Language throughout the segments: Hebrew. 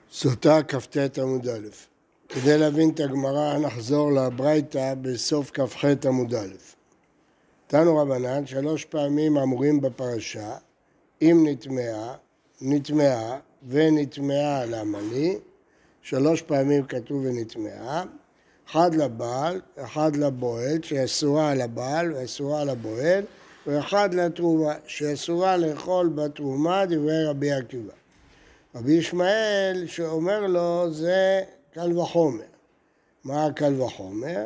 סוטה כ"ט עמוד א'. כדי להבין את הגמרא נחזור לברייתא בסוף כ"ח עמוד א'. תנו רבנן 3 פעמים אמורים בפרשה, אם נטמעה ונטמעה למה לי, 3 פעמים כתוב ונטמעה, אחד לבעל, אחד לבועל, שאסורה על הבעל ואסורה על הבועל, ואחד לתרומה, שאסורה לאכול בתרומה, דברי רבי עקיבא. רבי ישמעאל שאומר לו זה קל וחומר. מה קל וחומר?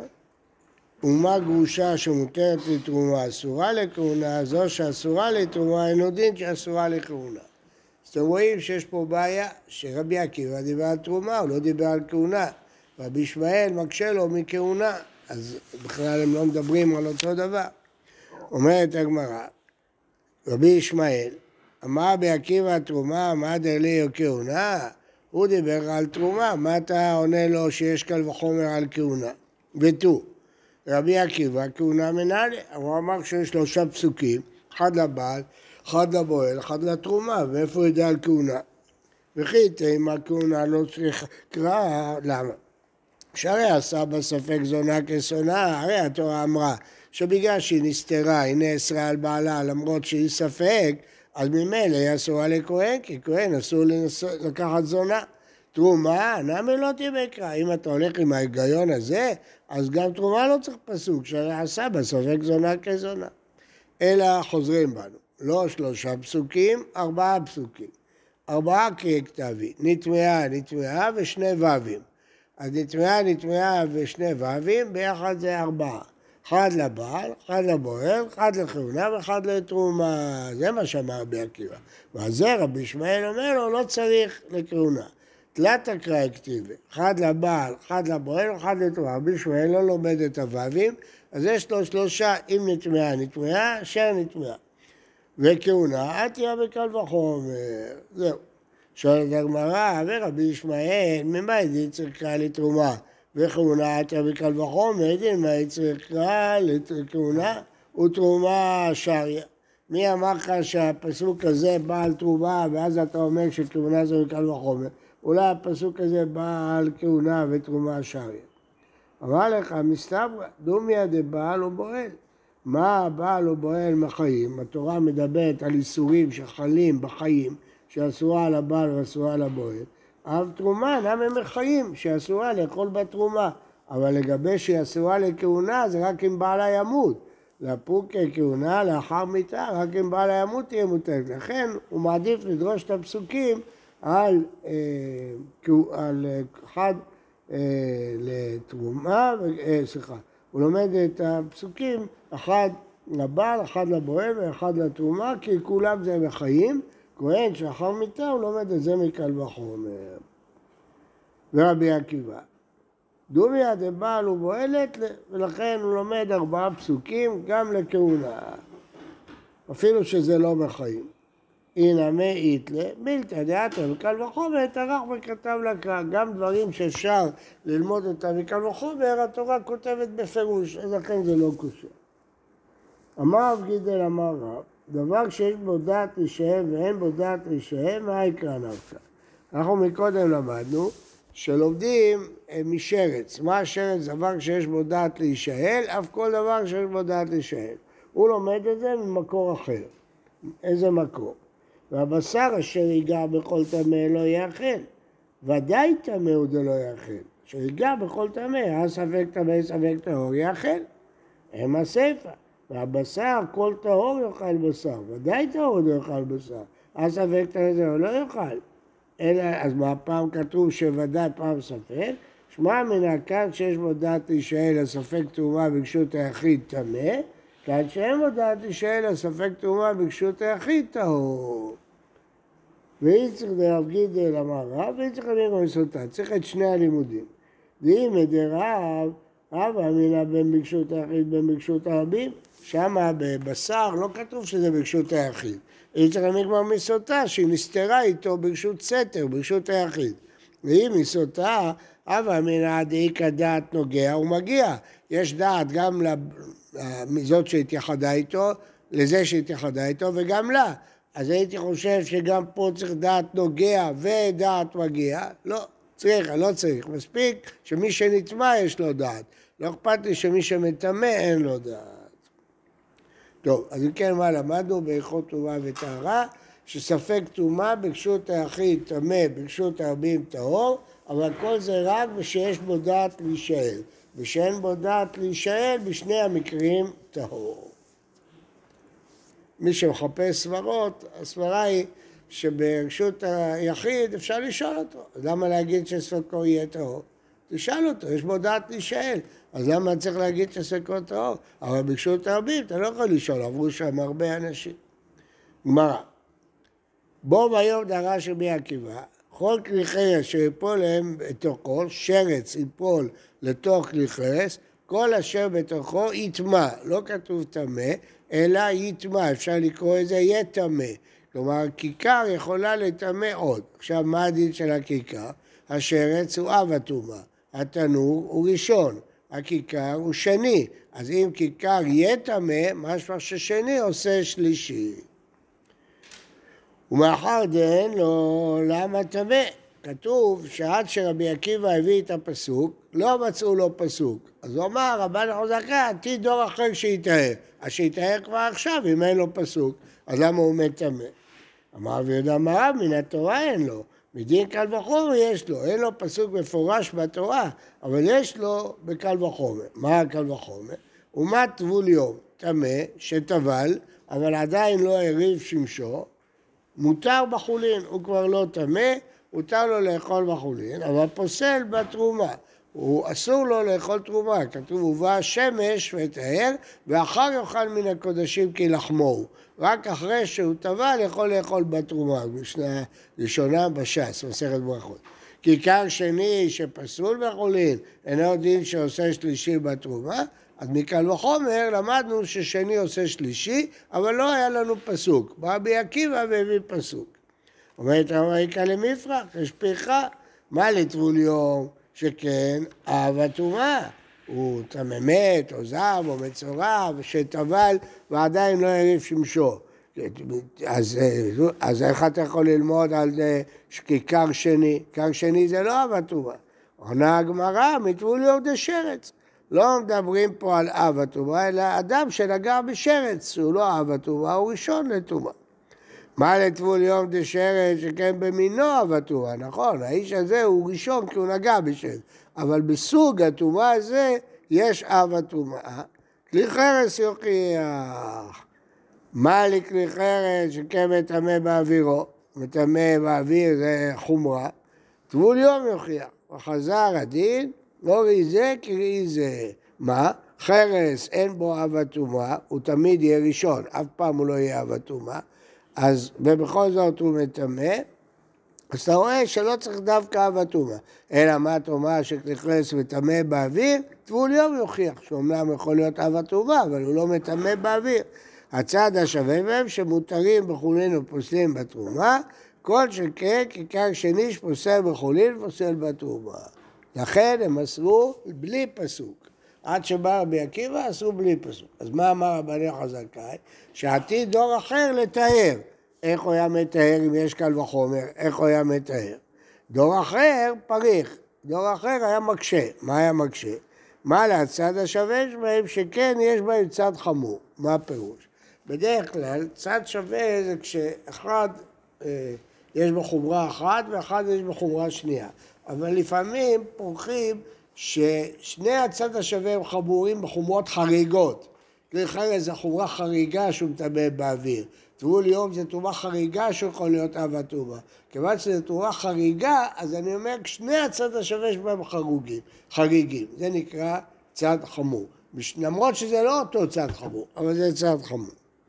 אומה גרושה שמותרת לתרומה אסורה לכהונה, זו שאסורה לתרומה אינו דין שאסורה לכהונה. אז אתם רואים שיש פה בעיה שרבי עקיבא דיבר על תרומה, הוא לא דיבר על כהונה. רבי ישמעאל מקשה לו מכהונה, אז בכלל הם לא מדברים על אותו דבר. אומרת הגמרא, רבי ישמעאל, אמר רבי עקיבא תרומה, מה דרלי או כהונה? הוא דיבר על תרומה, מה אתה עונה לו שיש קל וחומר על כהונה? ותו, רבי עקיבא כהונה מנהלי, הוא אמר שיש 3 פסוקים, אחד לבעל, אחד לבועל, אחד לתרומה, ואיפה הוא יודע על כהונה? וכי אם הכהונה לא צריך קרא, למה? שהרי עשה בספק זונה כסונה, הרי התורה אמרה שבגלל שהיא נסתרה, היא נאסרה על בעלה למרות שהיא ספק, אז ממילא היא אסורה לכהן, כי כהן אסור לקחת זונה. תרומה, נמי לא תהיה בקרא. אם אתה הולך עם ההיגיון הזה, אז גם תרומה לא צריך פסוק, שהרי עשה בספק זונה כזונה. אלא חוזרים בנו, לא 3 פסוקים, 4 פסוקים. 4 קריאי כתבי, נטמעה ושני וווים. אז נטמעה ושני וווים, ביחד זה 4. אחד לבעל, אחד לבועל, אחד לכהונה ואחד לתרומה. זה מה שאמר רבי עקיבא. ועל זה רבי ישמעאל אומר לו, לא צריך לכהונה. תלת הקראי כתיבי, אחד לבעל, אחד לבועל, אחד לתרומה. רבי ישמעאל לא לומד את הווים, אז יש לו 3, אם נטמעה, אשר נטמעה. וכהונה, עתיה בקל וחומר. זהו. שואלת הגמרא, ורבי ישמעאל, ממה ידין צריך קרא לתרומה? וכהונה עתיה בקל וחומר, ידין מה צריך קרא לכהונה ותרומה שריה. מי אמר לך שהפסוק הזה בא על תרומה, ואז אתה אומר שכהונה זה בקל וחומר? אולי הפסוק הזה בא על כהונה ותרומה שריה. אמר לך, מסתברא, דומיה דבעל ובועל. מה הבעל ובועל מחיים? התורה מדברת על איסורים שחלים בחיים, שאסורה על הבעל ואסורה על הבועל. אבל תרומה, נמי מחיים, שאסורה לאכול בתרומה. אבל לגבי שהיא אסורה לכהונה, זה רק אם בעלה ימות. לפוקי כהונה לאחר מיתה, רק אם בעלה ימות תהיה מותרת. לכן הוא מעדיף לדרוש את הפסוקים על אחד לתרומה, הוא לומד את הפסוקים, אחד לבעל, אחד לבועל ואחד לתרומה, כי כולם זה מחיים. כהן שאחר מיתה הוא לומד את זה מקל וחומר. ורבי עקיבא, דומיה דבעל ובועלת, ולכן הוא לומד 4 פסוקים גם לכהונה, אפילו שזה לא מחיים. הנה מאית בלתא דעתא מקל וחומר, טרח וכתב לקרא. גם דברים שאפשר ללמוד אותם מקל וחומר, התורה כותבת בפירוש, אז לכן זה לא קשה. אמר רב גידל אמר רב, דבר שיש בו דעת להישאל ואין בו דעת להישאל, מה יקרא נפקא? אנחנו מקודם למדנו שלומדים משרץ. מה השרץ? דבר שיש בו דעת להישאל, אף כל דבר שיש בו דעת להישאל. הוא לומד את זה ממקור אחר. איזה מקור? והבשר אשר ייגע בכל טמא לא יאכל. ודאי טמא הוא דלא יאכל. שיגע בכל טמא, ספק טמא ספק טהור יאכל. הם הסיפא. והבשר, כל טהור יאכל בשר, ודאי טהור לא יאכל בשר, אז ספק טמא זה לא יאכל. אז מה פעם כתוב שוודאי פעם ספק? שמע מן הכאן שיש בו דעת להישאל הספק תרומה ברשות היחיד טמא, כאן שאין בו דעת להישאל הספק תרומה ברשות היחיד טהור. ויצריך דרב גידל אמר רב, ויצריך דרב מסוטה, צריך את שני הלימודים. ואם דרב, רב אמינא בין ברשות היחיד בין ברשות הרבים, שמה בבשר לא כתוב שזה ברשות היחיד. צריך להעמיד כמו מסוטה שהיא נסתרה איתו ברשות סתר, ברשות היחיד. ואם מסוטה, אבא אמינא דאיכא דעת נוגע, הוא מגיע. יש דעת גם לזאת שהתייחדה איתו, לזה שהתייחדה איתו וגם לה. אז הייתי חושב שגם פה צריך דעת נוגע ודעת מגיע. לא, לא צריך. מספיק שמי שנטמא יש לו דעת. לא אכפת לי שמי שמטמא אין לו דעת. טוב, אז אם כן, מה למדנו בהלכות טומאה וטהרה? שספק טומאה ברשות היחיד טמא, ברשות הרבים טהור, אבל כל זה רק ושיש בו דעת להישאל. ושאין בו דעת להישאל, בשני המקרים טהור. מי שמחפש סברות, הסברה היא שברשות היחיד אפשר לשאול אותו. אז למה להגיד שספקו יהיה טהור? תשאל אותו, יש בו דעת להישאל. אז למה צריך להגיד שספקו טהור? אבל ברשות הרבים אתה לא יכול לשאול, עברו שם הרבה אנשים. גמרא. בו ביום דרש רבי עקיבא, כל כלי חרס שיפול להם בתוכו, שרץ יפול לתוך כלי חרס, כל אשר בתוכו יטמא, לא כתוב טמא, אלא יטמא, אפשר לקרוא את זה יטמא. כלומר, כיכר יכולה לטמא עוד. עכשיו, מה הדין של הכיכר? השרץ הוא אב הטומאה, התנור הוא ראשון, הכיכר הוא שני. אז אם כיכר יטמא, משמע ששני עושה שלישי. ומאחר דין לו למה טמא? כתוב שעד שרבי עקיבא הביא את הפסוק, לא מצאו לו פסוק. אז הוא אמר, רבן חזקה, עתיד דור אחר שיטהר. אז שיטהר כבר עכשיו, אם אין לו פסוק, אז למה הוא מטמא? אמר ויהודה מרב, מן התורה אין לו. מדין קל וחומר יש לו, אין לו פסוק מפורש בתורה, אבל יש לו בקל וחומר. מה הקל וחומר? ומה טבול יום? טמא, שטבל, אבל עדיין לא הריב שמשו, מותר בחולין, הוא כבר לא טמא, מותר לו לאכול בחולין, אבל פוסל בתרומה. הוא אסור לו לאכול תרומה, כתוב, הובא שמש וטהר, ואחר יאכל מן הקודשים כי לחמו. רק אחרי שהוא טבל יכול לאכול בתרומה, משנה ראשונה בש"ס, מסכת ברכות. כיכר שני שפסול בחולין, אינו דין שעושה שלישי בתרומה, אז מקל וחומר למדנו ששני עושה שלישי, אבל לא היה לנו פסוק. בא רבי עקיבא והביא פסוק. אומרת הרמיקה למפרח, יש פרחה, מה לטבול יום? שכן אב הטומאה, הוא תממת או זב או מצורע שטבל ועדיין לא הריב שמשו. אז איך אתה יכול ללמוד על כיכר שני? כיכר שני זה לא אב הטומאה. עונה הגמרא, מטבול יום דשרץ. לא מדברים פה על אב הטומאה, אלא אדם שנגע בשרץ, הוא לא אב הטומאה, הוא ראשון לטומאה. מה לטבול יום דשרץ שכן במינו אב הטומאה, נכון, האיש הזה הוא ראשון כי הוא נגע בשרץ, אבל בסוג הטומאה הזה יש אב הטומאה, כלי חרס יוכיח. מה לכלי חרס שכן מטמא באווירו, מטמא באוויר זה חומרה, טבול יום יוכיח, וחזר הדין, לא ראי זה כי ראי זה. מה? חרס אין בו אב הטומאה, הוא תמיד יהיה ראשון, אף פעם הוא לא יהיה אב הטומאה, אז ובכל זאת הוא מטמא, אז אתה רואה שלא צריך דווקא אב הטומאה, אלא מה תאמר שכלי חרס מטמא באוויר, טבול יום יוכיח, שאומנם יכול להיות אב הטומאה, אבל הוא לא מטמא באוויר. הצד השווה בהם שמותרים בחולין ופוסלים בתרומה, כל שכן כיכר שני שפוסל בחולין ופוסל בתרומה. לכן הם אסרו בלי פסוק. עד שבא רבי עקיבא אסרו בלי פסוק. אז מה אמר רבני חזקאי? שעתיד דור אחר לטהר. איך הוא היה מטהר אם יש קל וחומר? איך הוא היה מטהר? דור אחר פריך. דור אחר היה מקשה. מה היה מקשה? מה לצד השווה שבהם שכן יש בהם צד חמור. מה הפירוש? בדרך כלל צד שווה זה כשאחד יש בו חומרה אחת ואחד יש בו חומרה שנייה. אבל לפעמים פורחים ששני הצד השווה הם חמורים בחומרות חריגות. כלי חרס זה חומרה חריגה שהוא מטמא באוויר. טבול יום זה טומאה חריגה שהוא יכול להיות אב הטומאה. כיוון שזה טומאה חריגה, אז אני אומר, שני הצד השווה שבהם חריגים. זה נקרא צד חמור. למרות שזה לא אותו צד חמור, אבל זה צד חמור.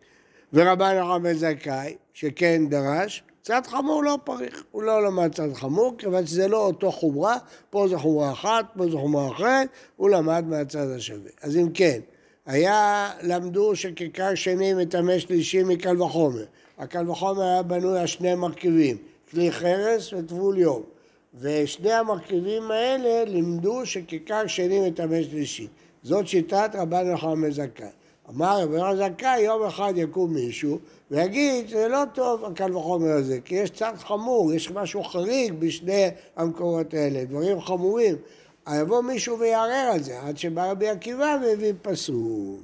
ורבן יוחנן בן זכאי, שכן דרש, צד חמור לא פריך, הוא לא למד צד חמור, כיוון שזה לא אותו חומרה, פה זה חומרה אחת, פה זה חומרה אחרת, הוא למד מהצד השווה. אז אם כן, למדו שכיכר שני מטמא שלישי מקל וחומר. הקל וחומר היה בנוי על שני מרכיבים, כלי חרס וטבול יום. ושני המרכיבים האלה לימדו שכיכר שני מטמא שלישי. זאת שיטת רבן יוחנן בן זכאי. אמר רבי יוחנן זכאי, יום אחד יקום מישהו ויגיד שזה לא טוב הקל וחומר הזה, כי יש צד חמור, יש משהו חריג בשני המקורות האלה, דברים חמורים. יבוא מישהו ויערער על זה, עד שבא רבי עקיבא והביא פסוק.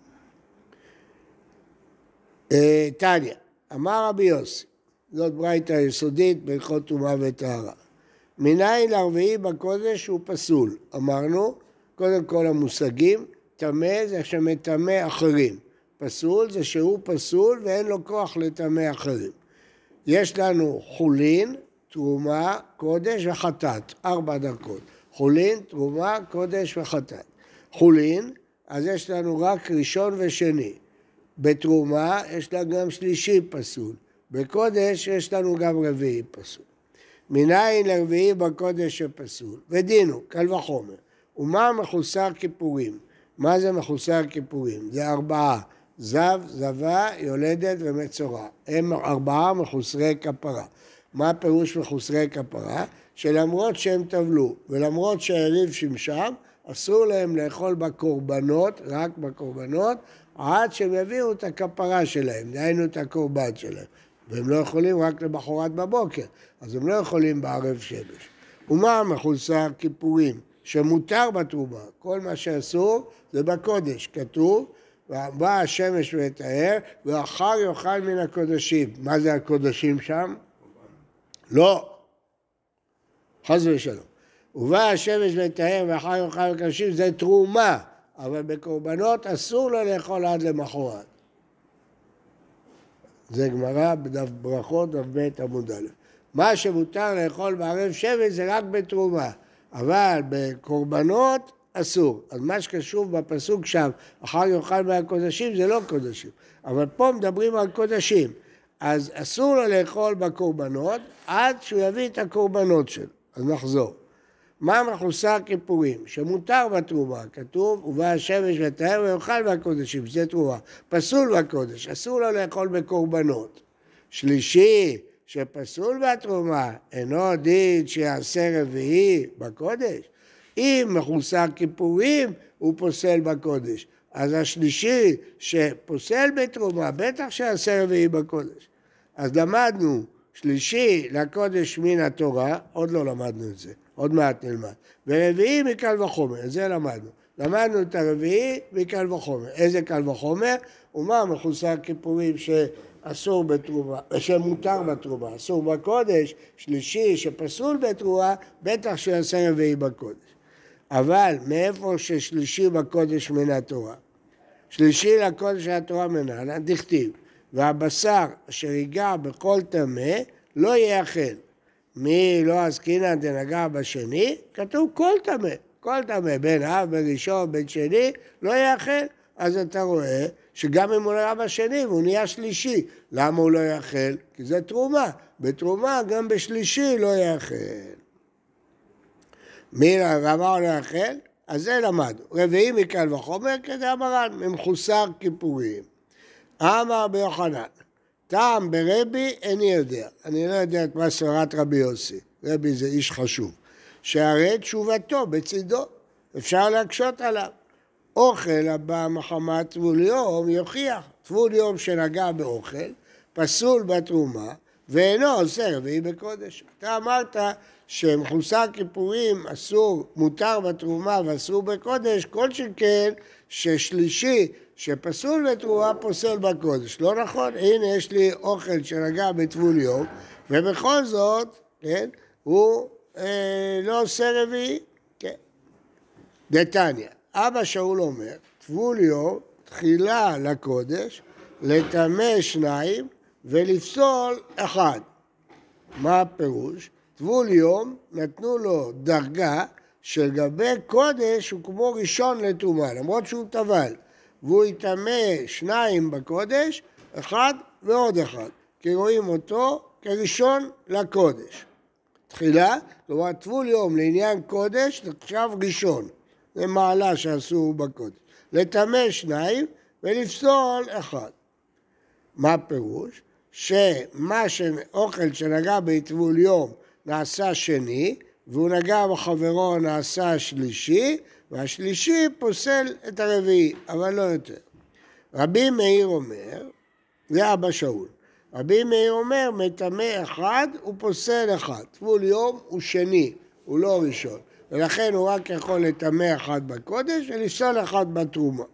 תניא, אמר רבי יוסי, זאת ברייתא יסודית בהלכות טומאה וטהרה. מניין לרביעי בקודש הוא פסול. אמרנו, קודם כל המושגים, טמא זה שמטמא אחרים. פסול זה שהוא פסול ואין לו כוח לטמא אחרים. יש לנו חולין, תרומה, קודש וחטאת, 4 דרכות. חולין, תרומה, קודש וחטאת. חולין, אז יש לנו רק ראשון ושני. בתרומה יש לנו גם שלישי פסול. בקודש יש לנו גם רביעי פסול. מניין לרביעי בקודש שפסול. ודינו, קל וחומר. ומה מחוסר כיפורים? מה זה מחוסר כיפורים? זה 4. זב, זבה, יולדת ומצורע. הם 4 מחוסרי כפרה. מה הפירוש מחוסרי כפרה? שלמרות שהם טבלו ולמרות שהעריב שמשם, אסור להם לאכול בקורבנות, רק בקורבנות, עד שהם יביאו את הכפרה שלהם, דהיינו את הקורבן שלהם. והם לא יכולים רק למחרת בבוקר, אז הם לא יכולים בערב שמש. ומה מחוסר כיפורים? שמותר בתרומה, כל מה שאסור זה בקודש, כתוב, בא השמש וטהר, ואחר יאכל מן הקודשים. מה זה הקודשים שם? לא. חס ושלום. ובא השמש וטהר ואחר יאכל מן הקודשים, זה תרומה, אבל בקורבנות אסור לו לאכול עד למחרת. זה גמרא בדף ברכות, דף ב' עמוד א'. מה שמותר לאכול בערב שמש זה רק בתרומה, אבל בקורבנות אסור. אז מה שקשור בפסוק שם, אחר יאכל מהקודשים, זה לא קודשים. אבל פה מדברים על קודשים. אז אסור לו לאכול בקורבנות, עד שהוא יביא את הקורבנות שלו. אז נחזור. מה מחוסר כיפורים? שמותר בתרומה, כתוב, ובא השמש וטהר ויאכל מהקודשים, זה תרומה. פסול בקודש, אסור לו לאכול בקורבנות. שלישי, שפסול בתרומה, אינו דין שיעשה רביעי בקודש. אם מחוסר כיפורים, הוא פוסל בקודש. אז השלישי שפוסל בתרומה, בטח שיעשה רביעי בקודש. אז למדנו שלישי לקודש מן התורה, עוד לא למדנו את זה, עוד מעט נלמד. ורביעי מקל וחומר, את זה למדנו. למדנו את הרביעי מקל וחומר. איזה קל וחומר? ומה מחוסר כיפורים שאסור בתרומה, שמותר בתרומה, אסור בקודש, שלישי שפסול בתרומה, בטח שיעשה רביעי בקודש. אבל מאיפה ששלישי בקודש מן התורה? שלישי לקודש התורה מנהלן, דכתיב, והבשר אשר ייגע בכל טמא לא יאכל. מי לא עסקינן דנגע בשני? כתוב כל טמא. כל טמא, בין אב, בין ראשון, בין שני, לא יאכל. אז אתה רואה שגם אם הוא נגע בשני והוא נהיה שלישי, למה הוא לא יאכל? כי זה תרומה. בתרומה גם בשלישי לא יאכל. מי ואמר לא יאכל? אז זה למדנו. רביעי מקל וחומר כדי המרן, ממחוסר כיפורים. אמר ביוחנן, טעם ברבי איני יודע. אני לא יודע את מה סברת רבי יוסי. רבי זה איש חשוב. שהרי תשובתו בצידו. אפשר להקשות עליו. אוכל הבא מחמת טבול יום יוכיח. טבול יום שנגע באוכל, פסול בתרומה, ואינו עושה רביעי בקודש. אתה אמרת שמחוסר כיפורים אסור, מותר בתרומה ואסור בקודש, כל שכן ששלישי שפסול בתרומה פוסל בקודש. לא נכון? הנה יש לי אוכל שנגע בטבול יום, ובכל זאת, כן, הוא לא עושה רביעי. כן. דתניא, אבא שאול אומר, טבול יום, תחילה לקודש, לטמא 2 ולפסול 1. מה הפירוש? טבול יום נתנו לו דרגה שלגבי קודש הוא כמו ראשון לטומאה, למרות שהוא טבל. והוא יטמא 2 בקודש, 1 ועוד 1. כי רואים אותו כראשון לקודש. תחילה, כלומר טבול יום לעניין קודש, עכשיו ראשון. זה מעלה שעשו בקודש. לטמא 2 ולפסול 1. מה הפירוש? שמה שאוכל שנגע בטבול יום נעשה שני, והוא נגע בחברו נעשה שלישי, והשלישי פוסל את הרביעי, אבל לא יותר. רבי מאיר אומר, זה אבא שאול, רבי מאיר אומר, מטמא אחד הוא פוסל אחד, טבול יום הוא שני, הוא לא ראשון, ולכן הוא רק יכול לטמא אחד בקודש ולפסול אחד בתרומה.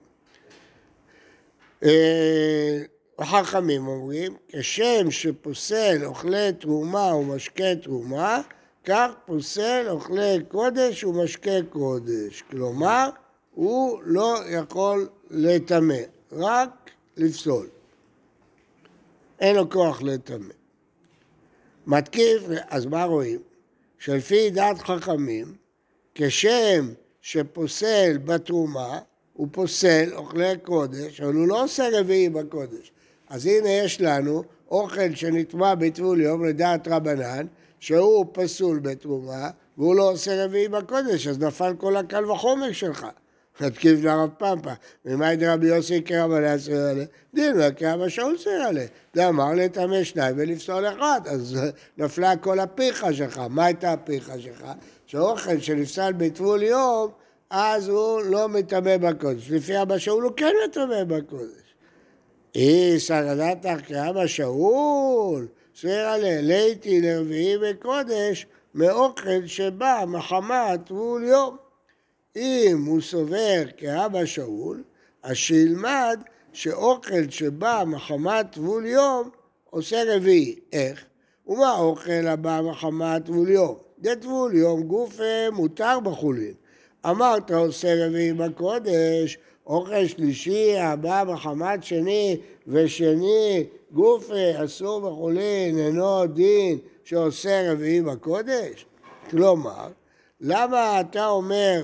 החכמים אומרים, כשם שפוסל אוכלי תרומה ומשקה תרומה, כך פוסל אוכלי קודש ומשקה קודש. כלומר, הוא לא יכול לטמא, רק לפסול. אין לו כוח לטמא. מתקיף, אז מה רואים? שלפי דעת חכמים, כשם שפוסל בתרומה, הוא פוסל אוכלי קודש, אבל הוא לא עושה רביעי בקודש. אז הנה יש לנו אוכל שנטמע בטבול יום לדעת רבנן, שהוא פסול בתרומה, והוא לא עושה רביעי בקודש, אז נפל כל הקל וחומר שלך. מתקיף לרב פמפא, ומאי דרבי יוסי כרבנן סיר עליה? דין וכרבא שאול סיר עליה. דאמר לטמא שניים ולפסול אחד, אז נפלה כל הפיחה שלך. מה הייתה הפיחה שלך? שאוכל שנפסל בטבול יום, אז הוא לא מטמא בקודש. לפי אבא שאול הוא כן מטמא בקודש. סרדתך כאבא שאול, סיר עליה, ליתי לרביעי בקודש, מאוכל שבא מחמת טבול יום. אם הוא סובר כאבא שאול, אז שילמד שאוכל שבא מחמת טבול יום עושה רביעי. איך? ומה אוכל הבא מחמת טבול יום? זה טבול יום גוף מותר בחולין. אמרת עושה רביעי בקודש, אוכל שלישי הבא מחמת שני ושני גוף אסור בחולין, אינו דין שעושה רביעי בקודש? כלומר, למה אתה אומר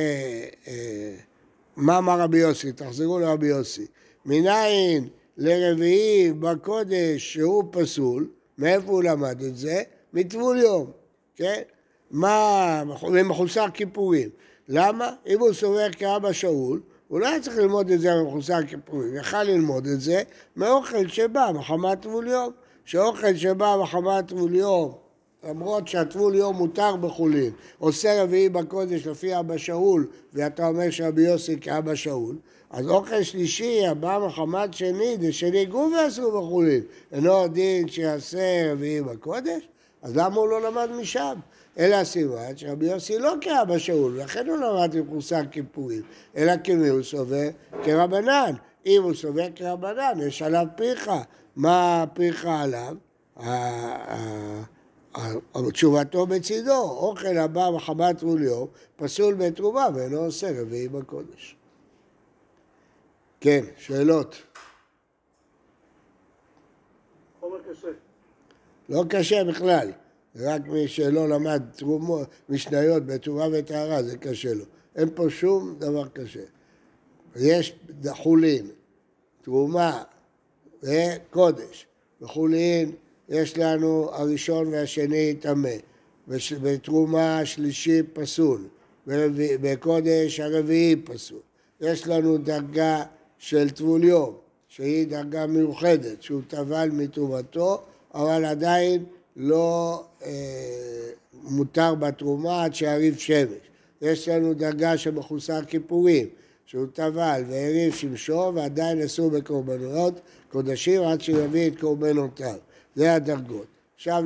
מה אמר רבי יוסי? תחזרו לרבי יוסי. מניין לרביעי בקודש שהוא פסול, מאיפה הוא למד את זה? מטבול יום, כן? ממחוסר כיפורים. למה? אם הוא סובר כאבא שאול, הוא לא היה צריך ללמוד את זה ממחוסר כיפורים, יכל ללמוד את זה מאוכל שבא מחמת טבול יום. שאוכל שבא מחמת טבול יום, למרות שהטבול יום מותר בחולין, עושה רביעי בקודש לפי אבא שאול, ואתה אומר שרבי יוסי כאבא שאול, אז אוכל שלישי הבא מחמת שני, זה שני גוף אסור בחולין, אינו דין שיעשה רביעי בקודש, אז למה הוא לא למד משם? אלא הסימן שרבי יוסי לא כאבא שאול, לכן הוא למד ממחוסר כיפורים, אלא כמי הוא סובר כרבנן. אם הוא סובר כרבנן, יש עליו פיחה. מה הפיחה עליו? תשובתו בצידו, אוכל הבא מחמת טבול יום, פסול בתרומה ואינו עושה רביעי בקודש. כן, שאלות. חומר קשה. לא קשה בכלל, רק מי שלא למד משניות בתרומה וטהרה זה קשה לו. אין פה שום דבר קשה. יש חולין, תרומה וקודש. בחולין יש לנו הראשון והשני טמא, בתרומה השלישי פסול, בקודש הרביעי פסול. יש לנו דרגה של טבול יום, שהיא דרגה מיוחדת, שהוא טבל מתרומתו, אבל עדיין לא מותר בתרומה עד שיריב שמש. יש לנו דרגה של מחוסר כיפורים, שהוא טבל והריב שמשו ועדיין אסור בקורבנות קודשים עד שיביא את קורבנותיו. זה הדרגות. עכשיו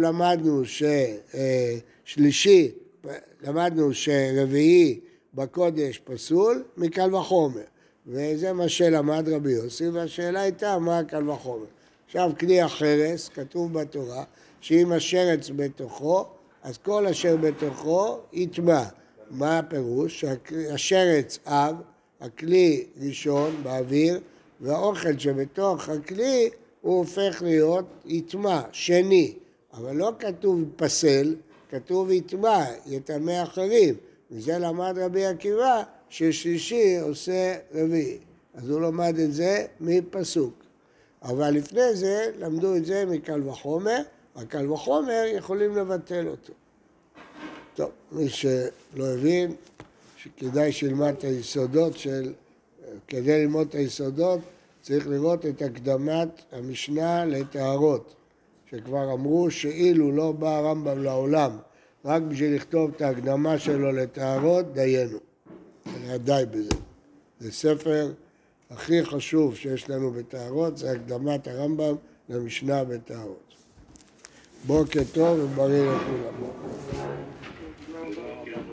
למדנו שרביעי בקודש פסול מקל וחומר, וזה מה שלמד רבי יוסי, והשאלה הייתה מה קל וחומר. עכשיו כלי החרס, כתוב בתורה, שאם השרץ בתוכו, אז כל אשר בתוכו יטמע. מה הפירוש? השרץ אב, הכלי ראשון באוויר, והאוכל שבתוך הכלי הוא הופך להיות יטמע, שני. אבל לא כתוב פסל, כתוב יטמע, יטמא אחרים. וזה למד רבי עקיבא ששלישי עושה רביעי. אז הוא למד את זה מפסוק. אבל לפני זה למדו את זה מקל וחומר, הקל וחומר יכולים לבטל אותו. טוב, מי שלא הבין, שכדאי שילמד את היסודות כדי ללמוד את היסודות, צריך לראות את הקדמת המשנה לטהרות, שכבר אמרו שאילו לא בא הרמב"ם לעולם, רק בשביל לכתוב את ההקדמה שלו לטהרות, דיינו. היה די בזה. זה ספר הכי חשוב שיש לנו בטהרות זה הקדמת הרמב"ם למשנה בטהרות. בוקר טוב ובריא לכולם.